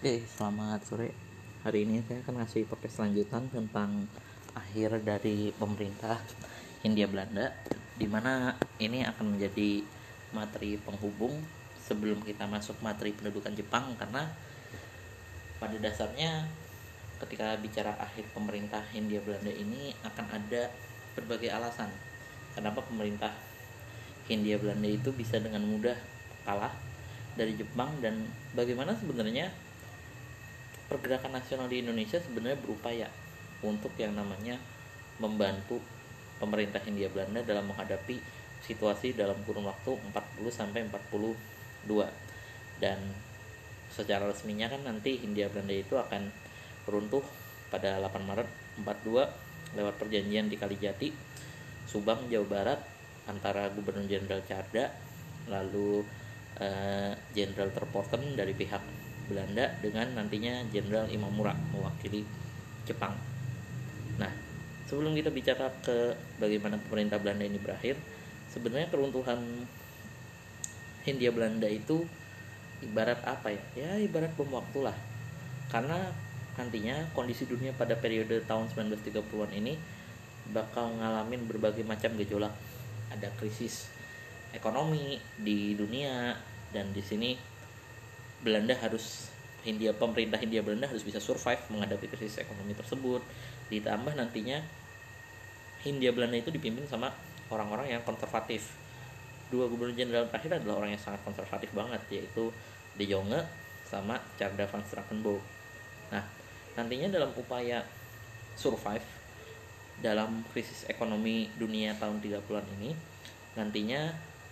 Selamat sore. Hari ini saya akan ngasih podcast lanjutan tentang akhir dari pemerintah Hindia Belanda, di mana ini akan menjadi materi penghubung sebelum kita masuk materi pendudukan Jepang, karena pada dasarnya ketika bicara akhir pemerintah Hindia Belanda ini akan ada berbagai alasan kenapa pemerintah Hindia Belanda itu bisa dengan mudah kalah dari Jepang, dan bagaimana sebenarnya pergerakan nasional di Indonesia sebenarnya berupaya untuk yang namanya membantu pemerintah Hindia Belanda dalam menghadapi situasi dalam kurun waktu 40 sampai 42. Dan secara resminya kan nanti Hindia Belanda itu akan runtuh pada 8 Maret 42 lewat perjanjian di Kalijati, Subang, Jawa Barat, antara Gubernur Jenderal Tjarda lalu Jenderal Terpoten dari pihak Belanda dengan nantinya Jenderal Imamura mewakili Jepang. Nah, sebelum kita bicara ke bagaimana pemerintah Belanda ini berakhir, sebenarnya keruntuhan Hindia Belanda itu ibarat apa ya? Ya ibarat bom waktu lah. Karena nantinya kondisi dunia pada periode tahun 1930-an ini bakal ngalamin berbagai macam gejolak. Ada krisis ekonomi di dunia, dan di sini pemerintah Hindia Belanda harus bisa survive menghadapi krisis ekonomi tersebut. Ditambah nantinya Hindia Belanda itu dipimpin sama orang-orang yang konservatif. Dua gubernur jenderal terakhir adalah orang yang sangat konservatif banget, yaitu De Jonge sama Tjarda van Strakenburg. Nah, nantinya dalam upaya survive dalam krisis ekonomi dunia tahun 30-an ini, nantinya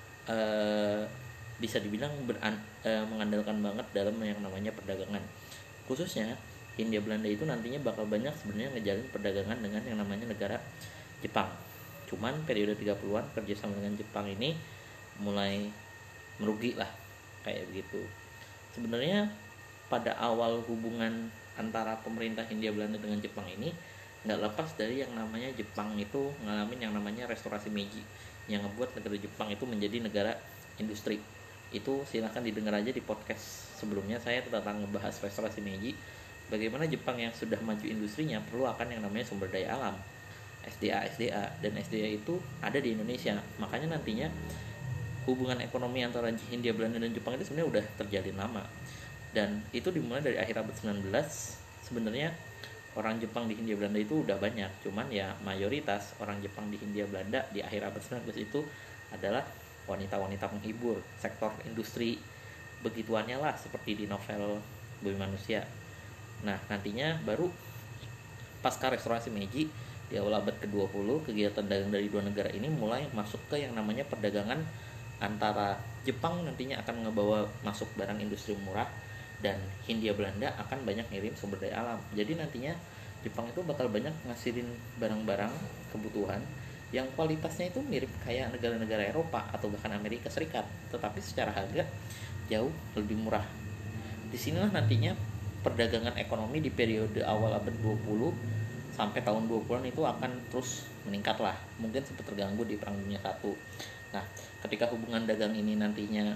bisa dibilang mengandalkan banget dalam yang namanya perdagangan. Khususnya Hindia Belanda itu nantinya bakal banyak sebenarnya ngejalin perdagangan dengan yang namanya negara Jepang. Cuman periode 30-an kerjasama dengan Jepang ini mulai merugi lah, kayak begitu. Sebenarnya pada awal hubungan antara pemerintah Hindia Belanda dengan Jepang ini nggak lepas dari yang namanya Jepang itu ngalamin yang namanya restorasi Meiji, yang ngebuat negara Jepang itu menjadi negara industri. Itu silahkan didengar aja di podcast sebelumnya saya tentang ngebahas restorasi Meiji, bagaimana Jepang yang sudah maju industrinya perlu akan yang namanya sumber daya alam, SDA, dan SDA itu ada di Indonesia. Makanya nantinya hubungan ekonomi antara Hindia Belanda dan Jepang itu sebenarnya udah terjalin lama, dan itu dimulai dari akhir abad 19. Sebenarnya orang Jepang di Hindia Belanda itu udah banyak, cuman ya mayoritas orang Jepang di Hindia Belanda di akhir abad 19 itu adalah wanita-wanita penghibur, sektor industri begituannya lah, seperti di novel Bumi Manusia. Nah, nantinya baru pasca restorasi Meiji di awal abad ke-20, kegiatan dagang dari dua negara ini mulai masuk ke yang namanya perdagangan antara Jepang nantinya akan ngebawa masuk barang industri murah, dan Hindia Belanda akan banyak ngirim sumber daya alam. Jadi nantinya Jepang itu bakal banyak ngasihin barang-barang kebutuhan yang kualitasnya itu mirip kayak negara-negara Eropa atau bahkan Amerika Serikat, tetapi secara harga jauh lebih murah. Disinilah nantinya perdagangan ekonomi di periode awal abad 20 sampai tahun 20-an itu akan terus meningkat lah. Mungkin sempat terganggu di Perang Dunia I. Nah, ketika hubungan dagang ini nantinya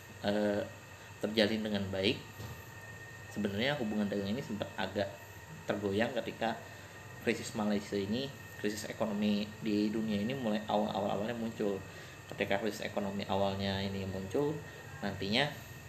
terjalin dengan baik, sebenarnya hubungan dagang ini sempat agak tergoyang ketika krisis Malaysia ini, krisis ekonomi di dunia ini mulai awalnya muncul. Ketika krisis ekonomi awalnya ini muncul, nantinya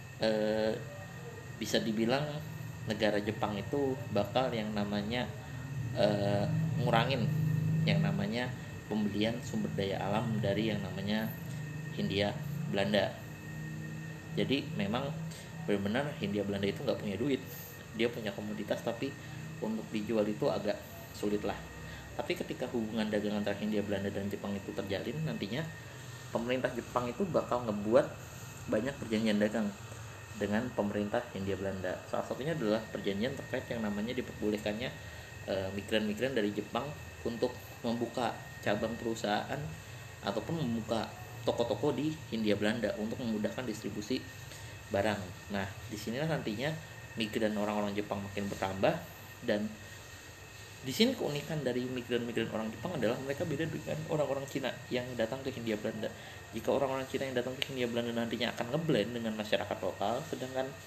bisa dibilang negara Jepang itu bakal yang namanya ngurangin yang namanya pembelian sumber daya alam dari yang namanya Hindia Belanda. Jadi memang benar-benar Hindia Belanda itu nggak punya duit, dia punya komoditas tapi untuk dijual itu agak sulit lah. Tapi ketika hubungan dagang antara Hindia Belanda dan Jepang itu terjalin, nantinya pemerintah Jepang itu bakal ngebuat banyak perjanjian dagang dengan pemerintah Hindia Belanda. Salah satunya adalah perjanjian terkait yang namanya diperbolehkannya migran-migran dari Jepang untuk membuka cabang perusahaan ataupun membuka toko-toko di Hindia Belanda untuk memudahkan distribusi barang. Nah, disinilah nantinya migran orang-orang Jepang makin bertambah, dan di sini keunikan dari migran-migran orang Jepang adalah mereka beda dengan orang-orang Cina yang datang ke Hindia Belanda. Jika orang-orang Cina yang datang ke Hindia Belanda nantinya akan ngeblend dengan masyarakat lokal, sedangkan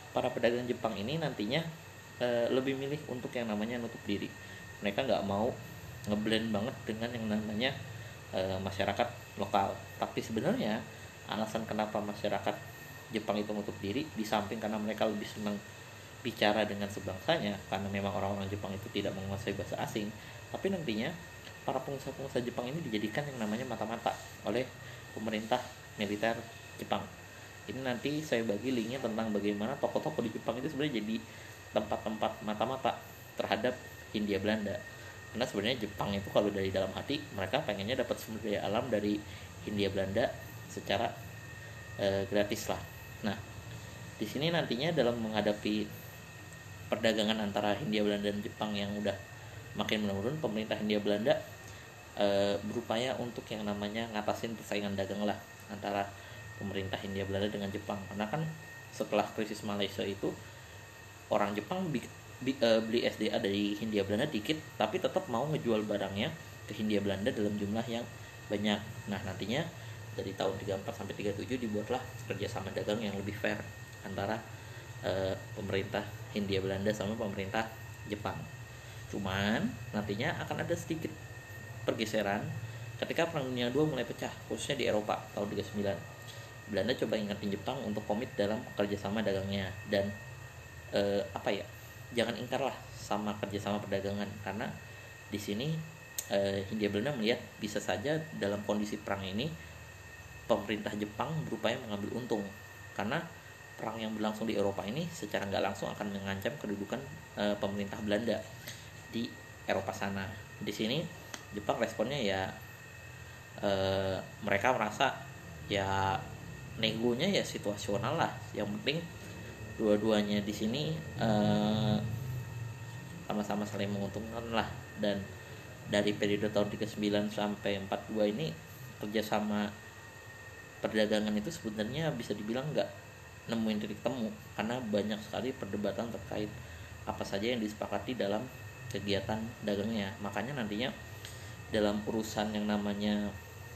para pedagang Jepang ini nantinya lebih milih untuk yang namanya nutup diri. Mereka nggak mau ngeblend banget dengan yang namanya masyarakat lokal. Tapi sebenarnya alasan kenapa masyarakat Jepang itu nutup diri, di samping karena mereka lebih senang bicara dengan sebangsanya, karena memang orang-orang Jepang itu tidak menguasai bahasa asing, tapi nantinya para pengusaha-pengusaha Jepang ini dijadikan yang namanya mata-mata oleh pemerintah militer Jepang. Ini nanti saya bagi linknya tentang bagaimana toko-toko di Jepang itu sebenarnya jadi tempat-tempat mata-mata terhadap Hindia Belanda. Karena sebenarnya Jepang itu kalau dari dalam hati mereka pengennya dapat sumber daya alam dari Hindia Belanda secara gratis lah. Nah, di sini nantinya dalam menghadapi perdagangan antara Hindia Belanda dan Jepang yang udah makin menurun, pemerintah Hindia Belanda berupaya untuk yang namanya ngatasin persaingan dagang lah antara pemerintah Hindia Belanda dengan Jepang. Karena kan setelah krisis Malaysia itu orang Jepang beli SDA dari Hindia Belanda dikit, tapi tetap mau ngejual barangnya ke Hindia Belanda dalam jumlah yang banyak. Nah, nantinya dari tahun 34 sampai 37 dibuatlah kerjasama dagang yang lebih fair antara pemerintah Hindia Belanda sama pemerintah Jepang. Cuman nantinya akan ada sedikit pergeseran ketika Perang Dunia II mulai pecah, khususnya di Eropa tahun 39. Belanda coba ingetin Jepang untuk komit dalam kerjasama dagangnya dan jangan ingkar lah sama kerjasama perdagangan, karena di sini Hindia Belanda melihat bisa saja dalam kondisi perang ini pemerintah Jepang berupaya mengambil untung, karena perang yang berlangsung di Eropa ini secara nggak langsung akan mengancam kedudukan pemerintah Belanda di Eropa sana. Di sini Jepang responnya ya mereka merasa ya negonya ya situasional lah, yang penting dua-duanya di sini sama-sama saling menguntungkan lah. Dan dari periode tahun 39 sampai 42 ini kerjasama perdagangan itu sebenarnya bisa dibilang nggak nemuin titik temu, karena banyak sekali perdebatan terkait apa saja yang disepakati dalam kegiatan dagangnya. Makanya nantinya dalam urusan yang namanya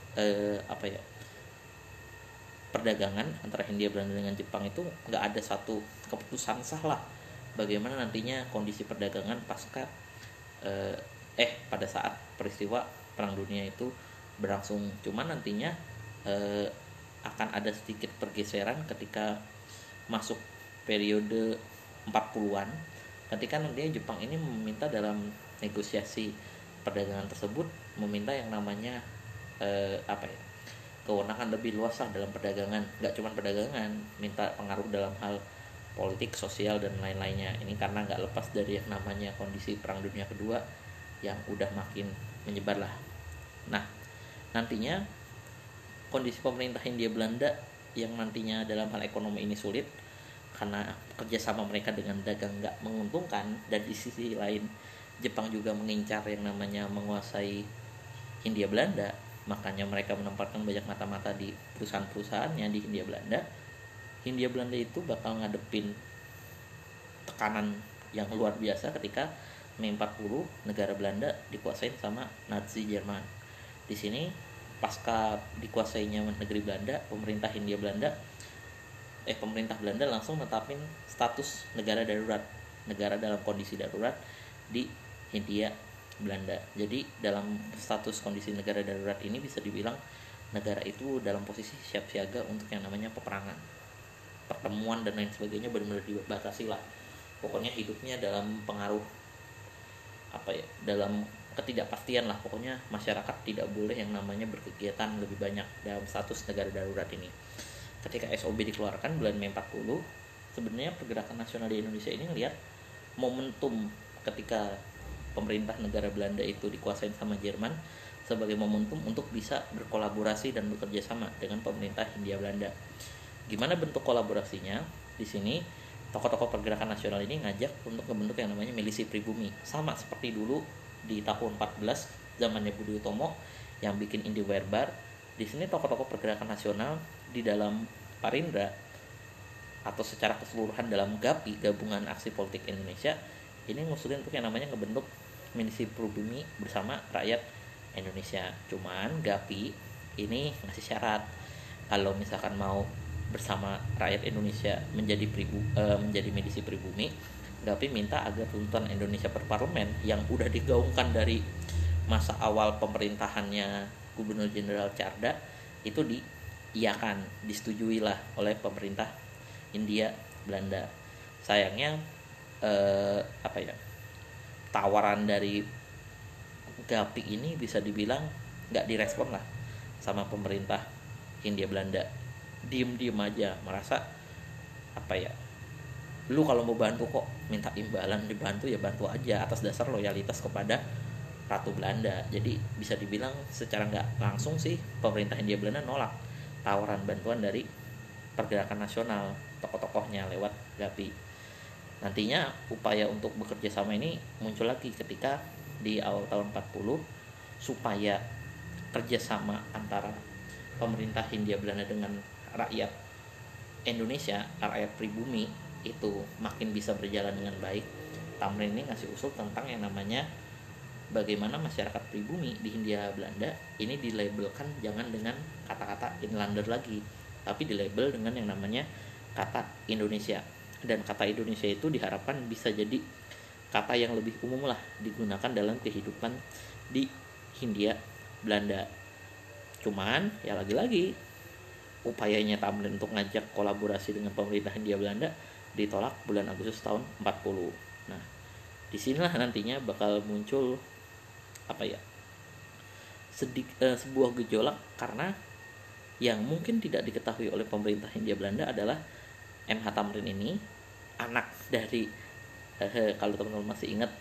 perdagangan antara Hindia Belanda dengan Jepang itu nggak ada satu keputusan sah lah bagaimana nantinya kondisi perdagangan pasca pada saat peristiwa Perang Dunia itu berlangsung. Cuman nantinya akan ada sedikit pergeseran ketika masuk periode 40-an, ketika nantinya Jepang ini meminta dalam negosiasi perdagangan tersebut meminta yang namanya kewenangan lebih luas lah dalam perdagangan. Nggak cuma perdagangan, minta pengaruh dalam hal politik, sosial, dan lain-lainnya. Ini karena nggak lepas dari yang namanya kondisi Perang Dunia Kedua yang udah makin menyebar lah. Nah, nantinya kondisi pemerintah Hindia Belanda yang nantinya dalam hal ekonomi ini sulit karena kerjasama mereka dengan dagang nggak menguntungkan, dan di sisi lain Jepang juga mengincar yang namanya menguasai Hindia Belanda, makanya mereka menempatkan banyak mata-mata di perusahaan-perusahaannya di Hindia Belanda. Hindia Belanda itu bakal ngadepin tekanan yang luar biasa ketika Mei 40 negara Belanda dikuasain sama Nazi Jerman. Di sini pasca dikuasainya negeri Belanda, pemerintah Belanda langsung netapin status negara darurat, negara dalam kondisi darurat di Hindia Belanda. Jadi dalam status kondisi negara darurat ini bisa dibilang negara itu dalam posisi siap siaga untuk yang namanya peperangan, pertemuan dan lain sebagainya benar-benar dibatasi lah. Pokoknya hidupnya dalam pengaruh dalam ketidakpastian lah. Pokoknya masyarakat tidak boleh yang namanya berkegiatan lebih banyak dalam status negara darurat ini. Ketika SOB dikeluarkan bulan Mei 40, sebenarnya pergerakan nasional di Indonesia ini ngelihat momentum ketika pemerintah negara Belanda itu dikuasain sama Jerman sebagai momentum untuk bisa berkolaborasi dan bekerja sama dengan pemerintah Hindia Belanda. Gimana bentuk kolaborasinya? Di sini tokoh-tokoh pergerakan nasional ini ngajak untuk membentuk yang namanya milisi pribumi, sama seperti dulu di tahun 14 zamannya Budi Utomo yang bikin Indi Werbar. Di sini tokoh-tokoh pergerakan nasional di dalam Parindra atau secara keseluruhan dalam GAPI, Gabungan Aksi Politik Indonesia, ini ngusulin untuk yang namanya ngebentuk milisi pribumi bersama rakyat Indonesia. Cuman GAPI ini ngasih syarat, kalau misalkan mau bersama rakyat Indonesia menjadi milisi pribumi, tapi minta agar tuntutan Indonesia per parlemen yang udah digaungkan dari masa awal pemerintahannya Gubernur Jenderal Tjarda itu diiakan, disetujui lah oleh pemerintah Hindia Belanda. Sayangnya tawaran dari GAPI ini bisa dibilang nggak direspon lah sama pemerintah Hindia Belanda. Diem aja, merasa lu kalau mau bantu kok minta imbalan, dibantu ya bantu aja atas dasar loyalitas kepada Ratu Belanda. Jadi bisa dibilang secara nggak langsung sih pemerintah Hindia Belanda nolak tawaran bantuan dari pergerakan nasional, tokoh-tokohnya lewat GAPI. Nantinya upaya untuk bekerja sama ini muncul lagi ketika di awal tahun 40 supaya kerjasama antara pemerintah Hindia Belanda dengan rakyat Indonesia, rakyat pribumi itu makin bisa berjalan dengan baik. Tamrin ini ngasih usul tentang yang namanya bagaimana masyarakat pribumi di Hindia Belanda ini dilabelkan jangan dengan kata-kata inlander lagi, tapi dilabel dengan yang namanya kata Indonesia. Dan kata Indonesia itu diharapkan bisa jadi kata yang lebih umum lah digunakan dalam kehidupan di Hindia Belanda. Cuman ya lagi-lagi upayanya Tamrin untuk ngajak kolaborasi dengan pemerintah Hindia Belanda ditolak bulan Agustus tahun 40. Nah, disinilah nantinya bakal muncul sebuah gejolak, karena yang mungkin tidak diketahui oleh pemerintah Hindia Belanda adalah MH Tamrin ini anak dari kalau teman-teman masih ingat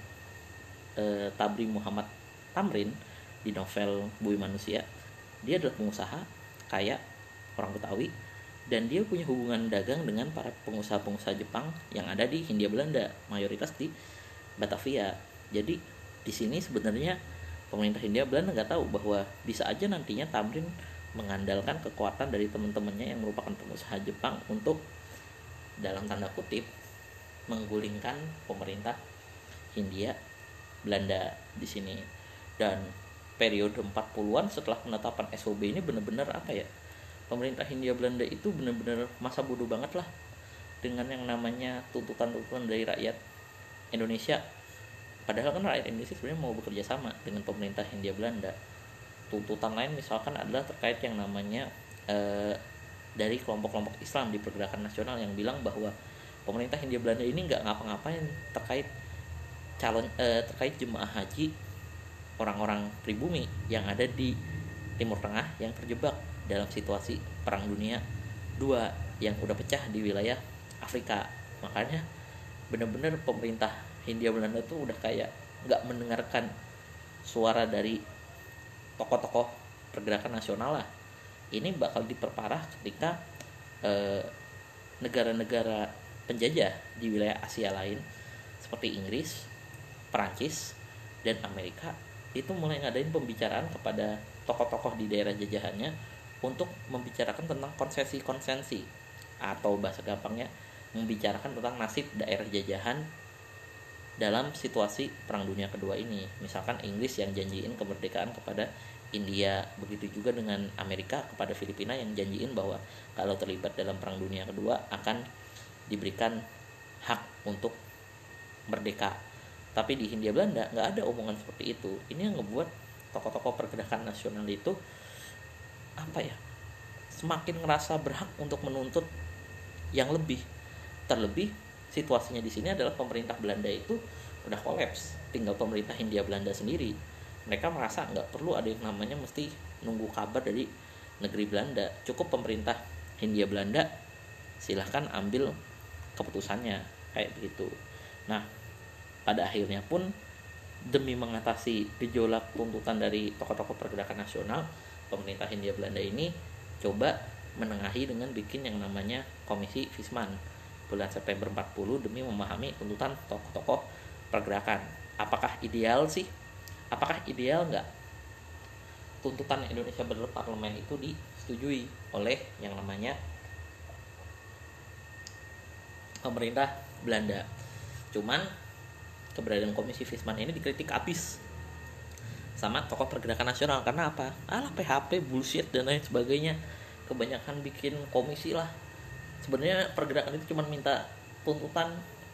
Tabri Muhammad Tamrin di novel Bumi Manusia. Dia adalah pengusaha kaya orang Betawi, dan dia punya hubungan dagang dengan para pengusaha-pengusaha Jepang yang ada di Hindia Belanda, mayoritas di Batavia. Jadi di sini sebenarnya pemerintah Hindia Belanda nggak tahu bahwa bisa aja nantinya Tamrin mengandalkan kekuatan dari teman-temannya yang merupakan pengusaha Jepang untuk dalam tanda kutip menggulingkan pemerintah Hindia Belanda di sini. Dan periode 40-an setelah penetapan SOB ini benar-benar pemerintah Hindia Belanda itu benar-benar masa bodoh banget lah dengan yang namanya tuntutan-tuntutan dari rakyat Indonesia. Padahal kan rakyat Indonesia sebenarnya mau bekerja sama dengan pemerintah Hindia Belanda. Tuntutan lain misalkan adalah terkait yang namanya dari kelompok-kelompok Islam di pergerakan nasional yang bilang bahwa pemerintah Hindia Belanda ini nggak ngapa-ngapain terkait terkait jemaah haji orang-orang pribumi yang ada di Timur Tengah yang terjebak dalam situasi Perang Dunia II yang udah pecah di wilayah Afrika. Makanya benar-benar pemerintah Hindia Belanda tuh udah kayak nggak mendengarkan suara dari tokoh-tokoh pergerakan nasional lah. Ini bakal diperparah ketika negara-negara penjajah di wilayah Asia lain seperti Inggris, Perancis, dan Amerika itu mulai ngadain pembicaraan kepada tokoh-tokoh di daerah jajahannya untuk membicarakan tentang konsesi-konsesi, atau bahasa gampangnya membicarakan tentang nasib daerah jajahan dalam situasi Perang Dunia Kedua ini. Misalkan Inggris yang janjiin kemerdekaan kepada India, begitu juga dengan Amerika kepada Filipina yang janjiin bahwa kalau terlibat dalam Perang Dunia Kedua akan diberikan hak untuk merdeka. Tapi di Hindia Belanda nggak ada omongan seperti itu. Ini yang ngebuat tokoh-tokoh pergerakan nasional itu semakin ngerasa berhak untuk menuntut yang lebih. Terlebih situasinya di sini adalah pemerintah Belanda itu udah kolaps, tinggal pemerintah Hindia Belanda sendiri. Mereka merasa nggak perlu ada yang namanya mesti nunggu kabar dari negeri Belanda. Cukup pemerintah Hindia Belanda silahkan ambil keputusannya kayak begitu. Nah, pada akhirnya pun demi mengatasi gejolak tuntutan dari tokoh-tokoh pergerakan nasional, pemerintah Hindia Belanda ini coba menengahi dengan bikin yang namanya Komisi Visman bulan September 40 demi memahami tuntutan tokoh-tokoh pergerakan. Apakah ideal sih? Apakah ideal nggak tuntutan Indonesia berparlemen itu disetujui oleh yang namanya pemerintah Belanda? Cuman keberadaan Komisi Visman ini dikritik habis sama tokoh pergerakan nasional. Karena apa? PHP, bullshit, dan lain sebagainya. Kebanyakan bikin komisi lah sebenarnya pergerakan itu cuma minta tuntutan,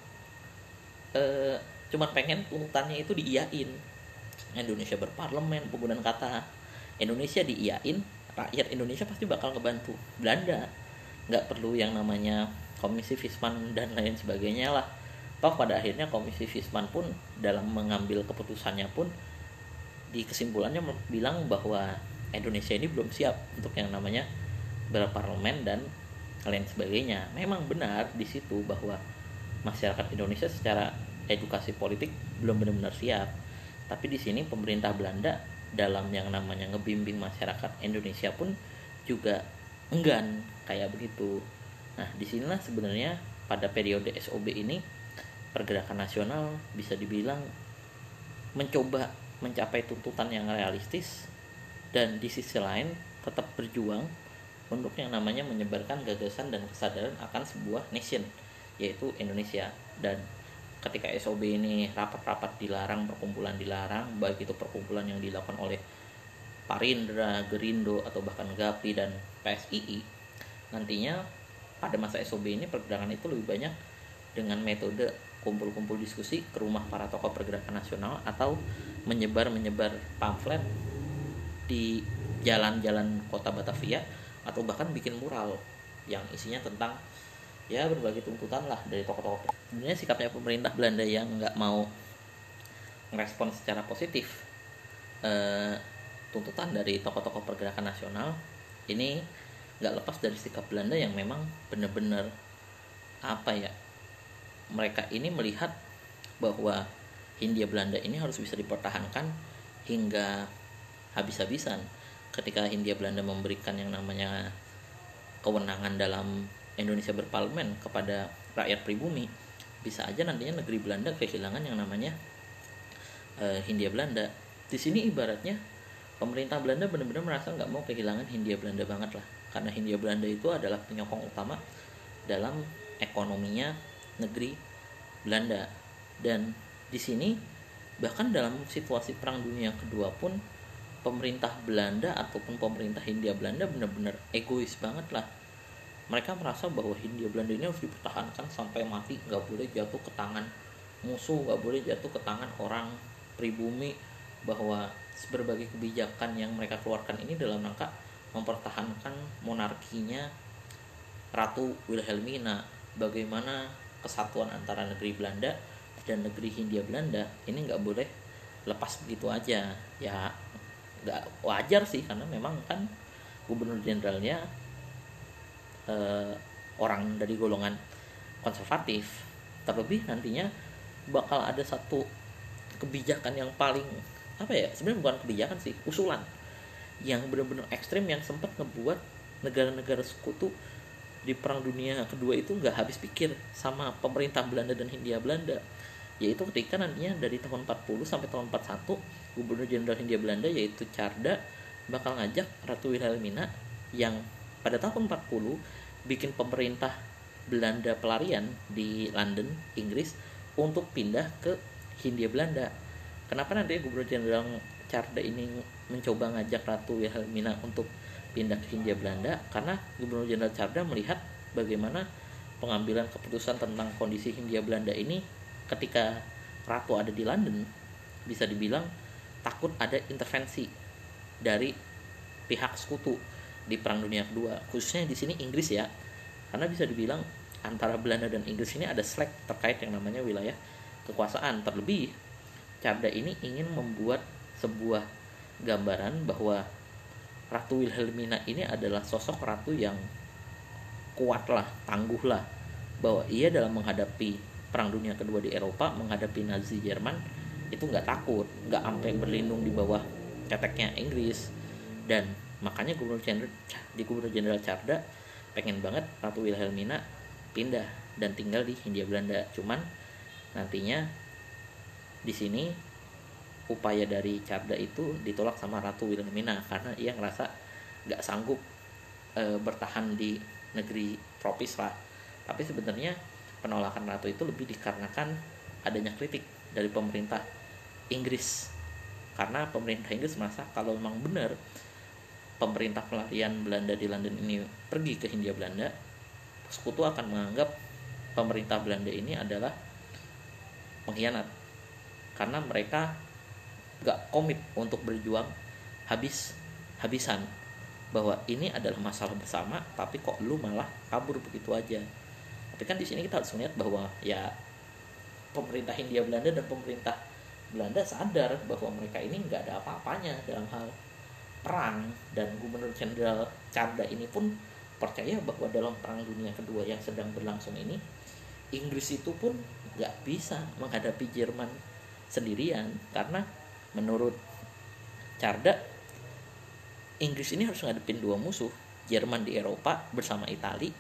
cuma pengen tuntutannya itu diiyain. Indonesia berparlemen, penggunaan kata Indonesia diiyain, rakyat Indonesia pasti bakal ngebantu Belanda. Nggak perlu yang namanya komisi Visman dan lain sebagainya lah. Toh pada akhirnya komisi Visman pun dalam mengambil keputusannya pun di kesimpulannya bilang bahwa Indonesia ini belum siap untuk yang namanya berparlemen dan lain sebagainya. Memang benar di situ bahwa masyarakat Indonesia secara edukasi politik belum benar-benar siap. Tapi di sini pemerintah Belanda dalam yang namanya ngebimbing masyarakat Indonesia pun juga enggan kayak begitu. Nah, disinilah sebenarnya pada periode SOB ini pergerakan nasional bisa dibilang mencoba mencapai tuntutan yang realistis dan di sisi lain tetap berjuang untuk yang namanya menyebarkan gagasan dan kesadaran akan sebuah nation, yaitu Indonesia. Dan ketika SOB ini rapat-rapat dilarang, perkumpulan dilarang, baik itu perkumpulan yang dilakukan oleh Parindra, Gerindo, atau bahkan GAPI dan PSII, nantinya pada masa SOB ini pergerakan itu lebih banyak dengan metode kumpul-kumpul diskusi ke rumah para tokoh pergerakan nasional atau menyebar pamflet di jalan-jalan kota Batavia, atau bahkan bikin mural yang isinya tentang ya berbagai tuntutan lah dari tokoh-tokoh. Sebenarnya sikapnya pemerintah Belanda yang nggak mau merespon secara positif tuntutan dari tokoh-tokoh pergerakan nasional ini nggak lepas dari sikap Belanda yang memang benar-benar mereka ini melihat bahwa Hindia Belanda ini harus bisa dipertahankan hingga habis-habisan. Ketika Hindia Belanda memberikan yang namanya kewenangan dalam Indonesia berparlemen kepada rakyat pribumi, bisa aja nantinya negeri Belanda kehilangan yang namanya Hindia Belanda. Di sini ibaratnya pemerintah Belanda benar-benar merasa nggak mau kehilangan Hindia Belanda banget lah, karena Hindia Belanda itu adalah penyokong utama dalam ekonominya negeri Belanda. Dan di sini bahkan dalam situasi Perang Dunia Kedua pun pemerintah Belanda ataupun pemerintah Hindia Belanda benar-benar egois banget lah. Mereka merasa bahwa Hindia Belanda ini harus dipertahankan sampai mati, nggak boleh jatuh ke tangan musuh, nggak boleh jatuh ke tangan orang pribumi, bahwa berbagai kebijakan yang mereka keluarkan ini dalam rangka mempertahankan monarkinya Ratu Wilhelmina. Bagaimana kesatuan antara negeri Belanda dan negeri Hindia Belanda ini nggak boleh lepas begitu aja. Ya nggak wajar sih, karena memang kan gubernur jenderalnya orang dari golongan konservatif. Terlebih nantinya bakal ada satu kebijakan yang paling sebenarnya bukan kebijakan sih, usulan yang benar-benar ekstrim yang sempat ngebuat negara-negara sekutu di Perang Dunia Kedua itu nggak habis pikir sama pemerintah Belanda dan Hindia Belanda, yaitu ketika nantinya dari tahun 40 sampai tahun 41 gubernur jenderal Hindia Belanda yaitu Tjarda bakal ngajak Ratu Wilhelmina yang pada tahun 40 bikin pemerintah Belanda pelarian di London, Inggris, untuk pindah ke Hindia Belanda. Kenapa nanti gubernur jenderal Tjarda ini mencoba ngajak Ratu Wilhelmina untuk pindah ke Hindia Belanda? Karena gubernur jenderal Tjarda melihat bagaimana pengambilan keputusan tentang kondisi Hindia Belanda ini ketika Ratu ada di London, bisa dibilang takut ada intervensi dari pihak sekutu di Perang Dunia Kedua, khususnya di sini Inggris ya, karena bisa dibilang antara Belanda dan Inggris ini ada slack terkait yang namanya wilayah kekuasaan. Terlebih Tjarda ini ingin membuat sebuah gambaran bahwa Ratu Wilhelmina ini adalah sosok ratu yang kuat lah, tangguh lah, bahwa ia dalam menghadapi Perang Dunia Kedua di Eropa, menghadapi Nazi Jerman itu nggak takut, nggak sampai berlindung di bawah ceteknya Inggris. Dan makanya gubernur jenderal Tjarda pengen banget Ratu Wilhelmina pindah dan tinggal di Hindia Belanda. Cuman nantinya di sini upaya dari Tjarda itu ditolak sama Ratu Wilhelmina karena ia ngerasa nggak sanggup bertahan di negeri tropis lah. Tapi sebenarnya penolakan Ratu itu lebih dikarenakan adanya kritik dari pemerintah Inggris, karena pemerintah Inggris merasa kalau memang benar pemerintah pelarian Belanda di London ini pergi ke Hindia Belanda, sekutu akan menganggap pemerintah Belanda ini adalah pengkhianat karena mereka gak komit untuk berjuang habisan bahwa ini adalah masalah bersama, tapi kok lu malah kabur begitu aja. Tapi kan di sini kita harus melihat bahwa ya pemerintah Hindia Belanda dan pemerintah Belanda sadar bahwa mereka ini nggak ada apa-apanya dalam hal perang, dan Gubernur Jenderal Canda ini pun percaya bahwa dalam Perang Dunia Kedua yang sedang berlangsung ini Inggris itu pun nggak bisa menghadapi Jerman sendirian, karena menurut Carda Inggris ini harus ngadepin dua musuh, Jerman di Eropa bersama Italia,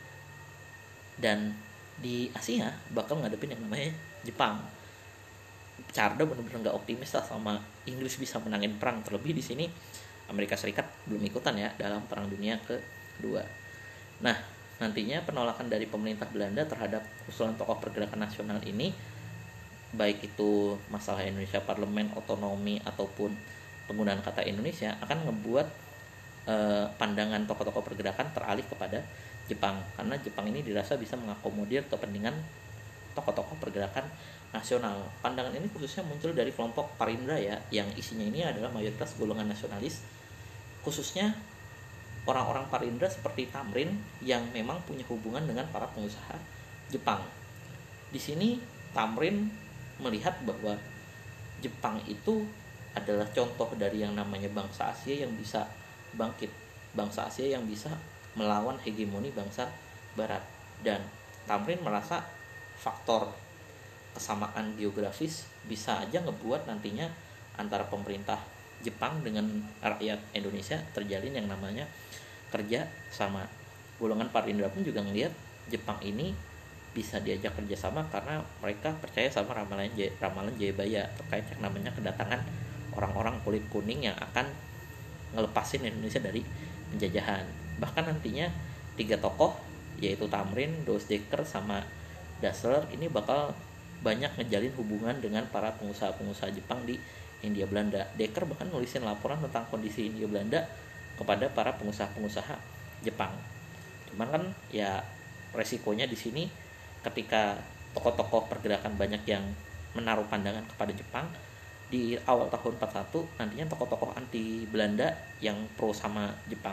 dan di Asia bakal ngadepin yang namanya Jepang. Carda benar-benar nggak optimis lah sama Inggris bisa menangin perang, terlebih di sini Amerika Serikat belum ikutan ya dalam Perang Dunia Kedua. Nah, nantinya penolakan dari pemerintah Belanda terhadap usulan tokoh pergerakan nasional ini, baik itu masalah Indonesia Parlemen, otonomi, ataupun penggunaan kata Indonesia, akan ngebuat pandangan tokoh-tokoh pergerakan teralih kepada Jepang, karena Jepang ini dirasa bisa mengakomodir kepentingan tokoh-tokoh pergerakan nasional. Pandangan ini khususnya muncul dari kelompok Parindra ya, yang isinya ini adalah mayoritas golongan nasionalis, khususnya orang-orang Parindra seperti Tamrin yang memang punya hubungan dengan para pengusaha Jepang. Di sini Tamrin melihat bahwa Jepang itu adalah contoh dari yang namanya bangsa Asia yang bisa bangkit, bangsa Asia yang bisa melawan hegemoni bangsa Barat. Dan Tamrin merasa faktor kesamaan geografis bisa aja ngebuat nantinya antara pemerintah Jepang dengan rakyat Indonesia terjalin yang namanya kerja sama. Golongan Parindra pun juga ngelihat Jepang ini bisa diajak kerjasama karena mereka percaya sama ramalan Jayabaya terkait yang namanya kedatangan orang-orang kulit kuning yang akan ngelepasin Indonesia dari penjajahan. Bahkan nantinya tiga tokoh yaitu Tamrin, Dosdecker, sama Dassler ini bakal banyak ngejalin hubungan dengan para pengusaha-pengusaha Jepang di Hindia Belanda. Decker bahkan nulisin laporan tentang kondisi Hindia Belanda kepada para pengusaha-pengusaha Jepang. Cuman kan ya resikonya di sini ketika tokoh-tokoh pergerakan banyak yang menaruh pandangan kepada Jepang, di awal tahun 41 nantinya tokoh-tokoh anti Belanda yang pro sama Jepang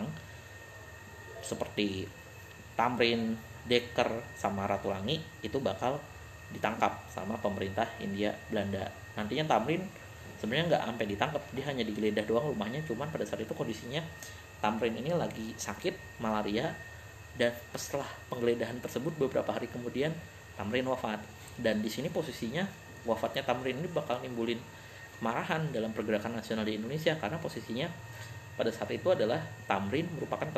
seperti Tamrin, Decker, sama Ratulangi itu bakal ditangkap sama pemerintah Hindia Belanda. Nantinya Tamrin sebenarnya nggak sampai ditangkap, dia hanya digeledah doang rumahnya. Cuman pada saat itu kondisinya Tamrin ini lagi sakit malaria, dan setelah penggeledahan tersebut beberapa hari kemudian Tamrin wafat. Dan di sini posisinya wafatnya Tamrin ini bakal nimbulin kemarahan dalam pergerakan nasional di Indonesia, karena posisinya pada saat itu adalah Tamrin merupakan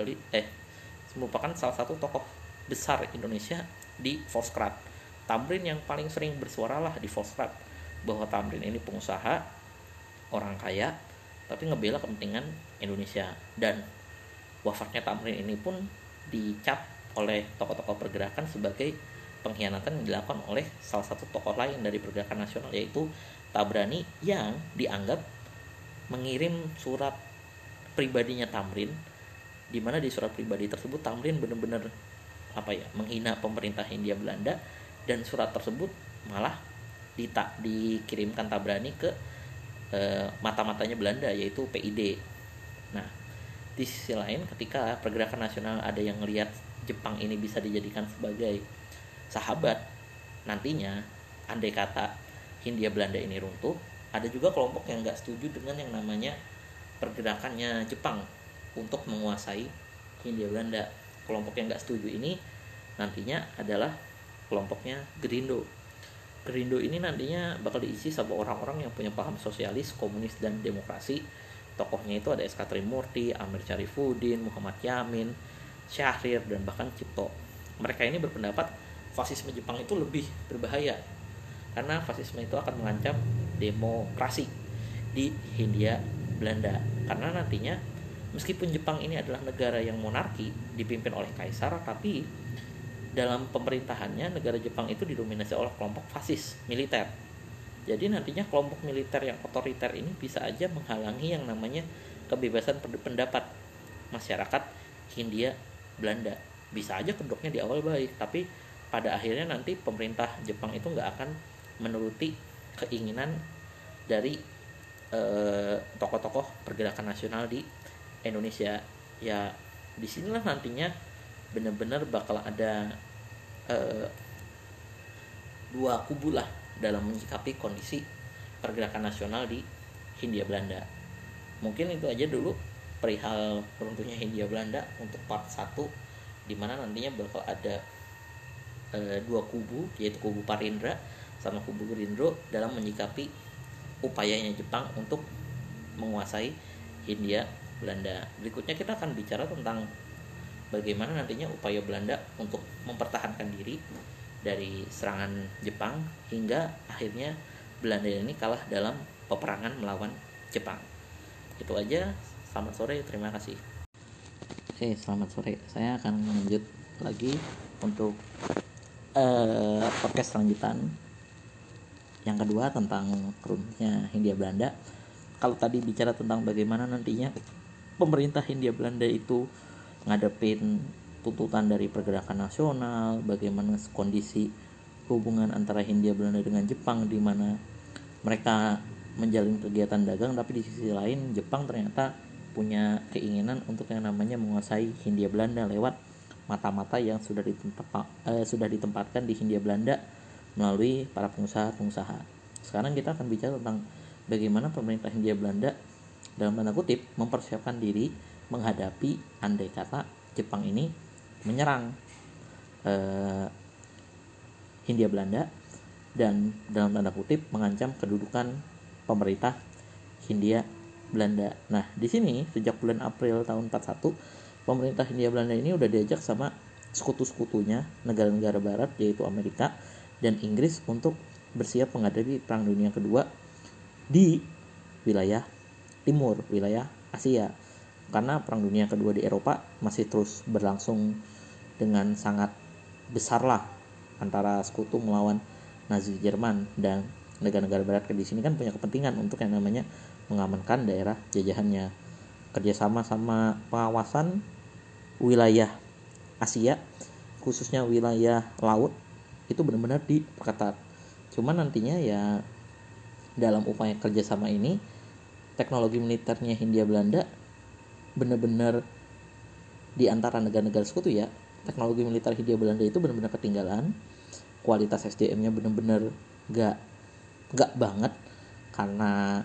merupakan salah satu tokoh besar Indonesia di Volkskrad. Tamrin yang paling sering bersuara lah di Volkskrad bahwa Tamrin ini pengusaha, orang kaya, tapi ngebela kepentingan Indonesia. Dan wafatnya Tamrin ini pun dicap oleh tokoh-tokoh pergerakan sebagai pengkhianatan yang dilakukan oleh salah satu tokoh lain dari pergerakan nasional, yaitu Tabrani, yang dianggap mengirim surat pribadinya Tamrin, di mana di surat pribadi tersebut Tamrin benar-benar menghina pemerintah Hindia Belanda, dan surat tersebut malah dikirimkan Tabrani ke mata-matanya Belanda, yaitu PID. Nah, di sisi lain ketika pergerakan nasional ada yang ngelihat Jepang ini bisa dijadikan sebagai sahabat, nantinya andai kata Hindia Belanda ini runtuh, ada juga kelompok yang nggak setuju dengan yang namanya pergerakannya Jepang untuk menguasai Hindia Belanda. Kelompok yang nggak setuju ini nantinya adalah kelompoknya Gerindo. Gerindo ini nantinya bakal diisi sama orang-orang yang punya paham sosialis, komunis, dan demokrasi. Tokohnya itu ada S.K. Trimurti, Amir Syarifuddin, Muhammad Yamin, Syahrir, dan bahkan Cipto. Mereka ini berpendapat fasisme Jepang itu lebih berbahaya karena fasisme itu akan mengancam demokrasi di Hindia Belanda. Karena nantinya meskipun Jepang ini adalah negara yang monarki dipimpin oleh kaisar, tapi dalam pemerintahannya negara Jepang itu didominasi oleh kelompok fasis militer. Jadi nantinya kelompok militer yang otoriter ini bisa aja menghalangi yang namanya kebebasan pendapat masyarakat Hindia Belanda. bisa aja kedoknya di awal baik, tapi pada akhirnya nanti pemerintah Jepang itu nggak akan menuruti keinginan dari tokoh-tokoh pergerakan nasional di Indonesia. Ya disinilah nantinya benar-benar bakal ada eh, dua kubu lah dalam menyikapi kondisi pergerakan nasional di Hindia Belanda. Mungkin itu aja dulu perihal runtuhnya Hindia Belanda untuk part 1, dimana nantinya bakal ada dua kubu, yaitu kubu Parindra sama kubu Gerindra dalam menyikapi upayanya Jepang untuk menguasai Hindia Belanda. Berikutnya kita akan bicara tentang bagaimana nantinya upaya Belanda untuk mempertahankan diri dari serangan Jepang hingga akhirnya Belanda ini kalah dalam peperangan melawan Jepang. Itu aja. Selamat sore, terima kasih. Oke, selamat sore. Saya akan lanjut lagi untuk podcast lanjutan yang kedua tentang runtuhnya Hindia Belanda. Kalau tadi bicara tentang bagaimana nantinya pemerintah Hindia Belanda itu ngadepin tuntutan dari pergerakan nasional, bagaimana kondisi hubungan antara Hindia Belanda dengan Jepang, di mana mereka menjalin kegiatan dagang, tapi di sisi lain Jepang ternyata punya keinginan untuk yang namanya menguasai Hindia Belanda lewat mata-mata yang sudah ditempatkan di Hindia Belanda melalui para pengusaha-pengusaha. Sekarang kita akan bicara tentang bagaimana pemerintah Hindia Belanda dalam tanda kutip mempersiapkan diri menghadapi andai kata Jepang ini menyerang Hindia Belanda dan dalam tanda kutip mengancam kedudukan pemerintah Hindia Belanda. Nah, di sini sejak bulan April tahun 41 pemerintah Hindia Belanda ini udah diajak sama sekutu-sekutunya negara-negara barat yaitu Amerika dan Inggris untuk bersiap menghadapi Perang Dunia Kedua di wilayah timur, wilayah Asia. Karena Perang Dunia Kedua di Eropa masih terus berlangsung dengan sangat besar lah antara sekutu melawan Nazi Jerman, dan negara-negara barat di sini kan punya kepentingan untuk yang namanya mengamankan daerah jajahannya. Kerjasama sama pengawasan wilayah Asia, khususnya wilayah laut, itu benar-benar diperketat. Cuman nantinya ya dalam upaya kerjasama ini teknologi militernya Hindia Belanda benar-benar di antara negara-negara sekutu ya, teknologi militer Hindia Belanda itu benar-benar ketinggalan. Kualitas SDM-nya benar-benar gak banget, karena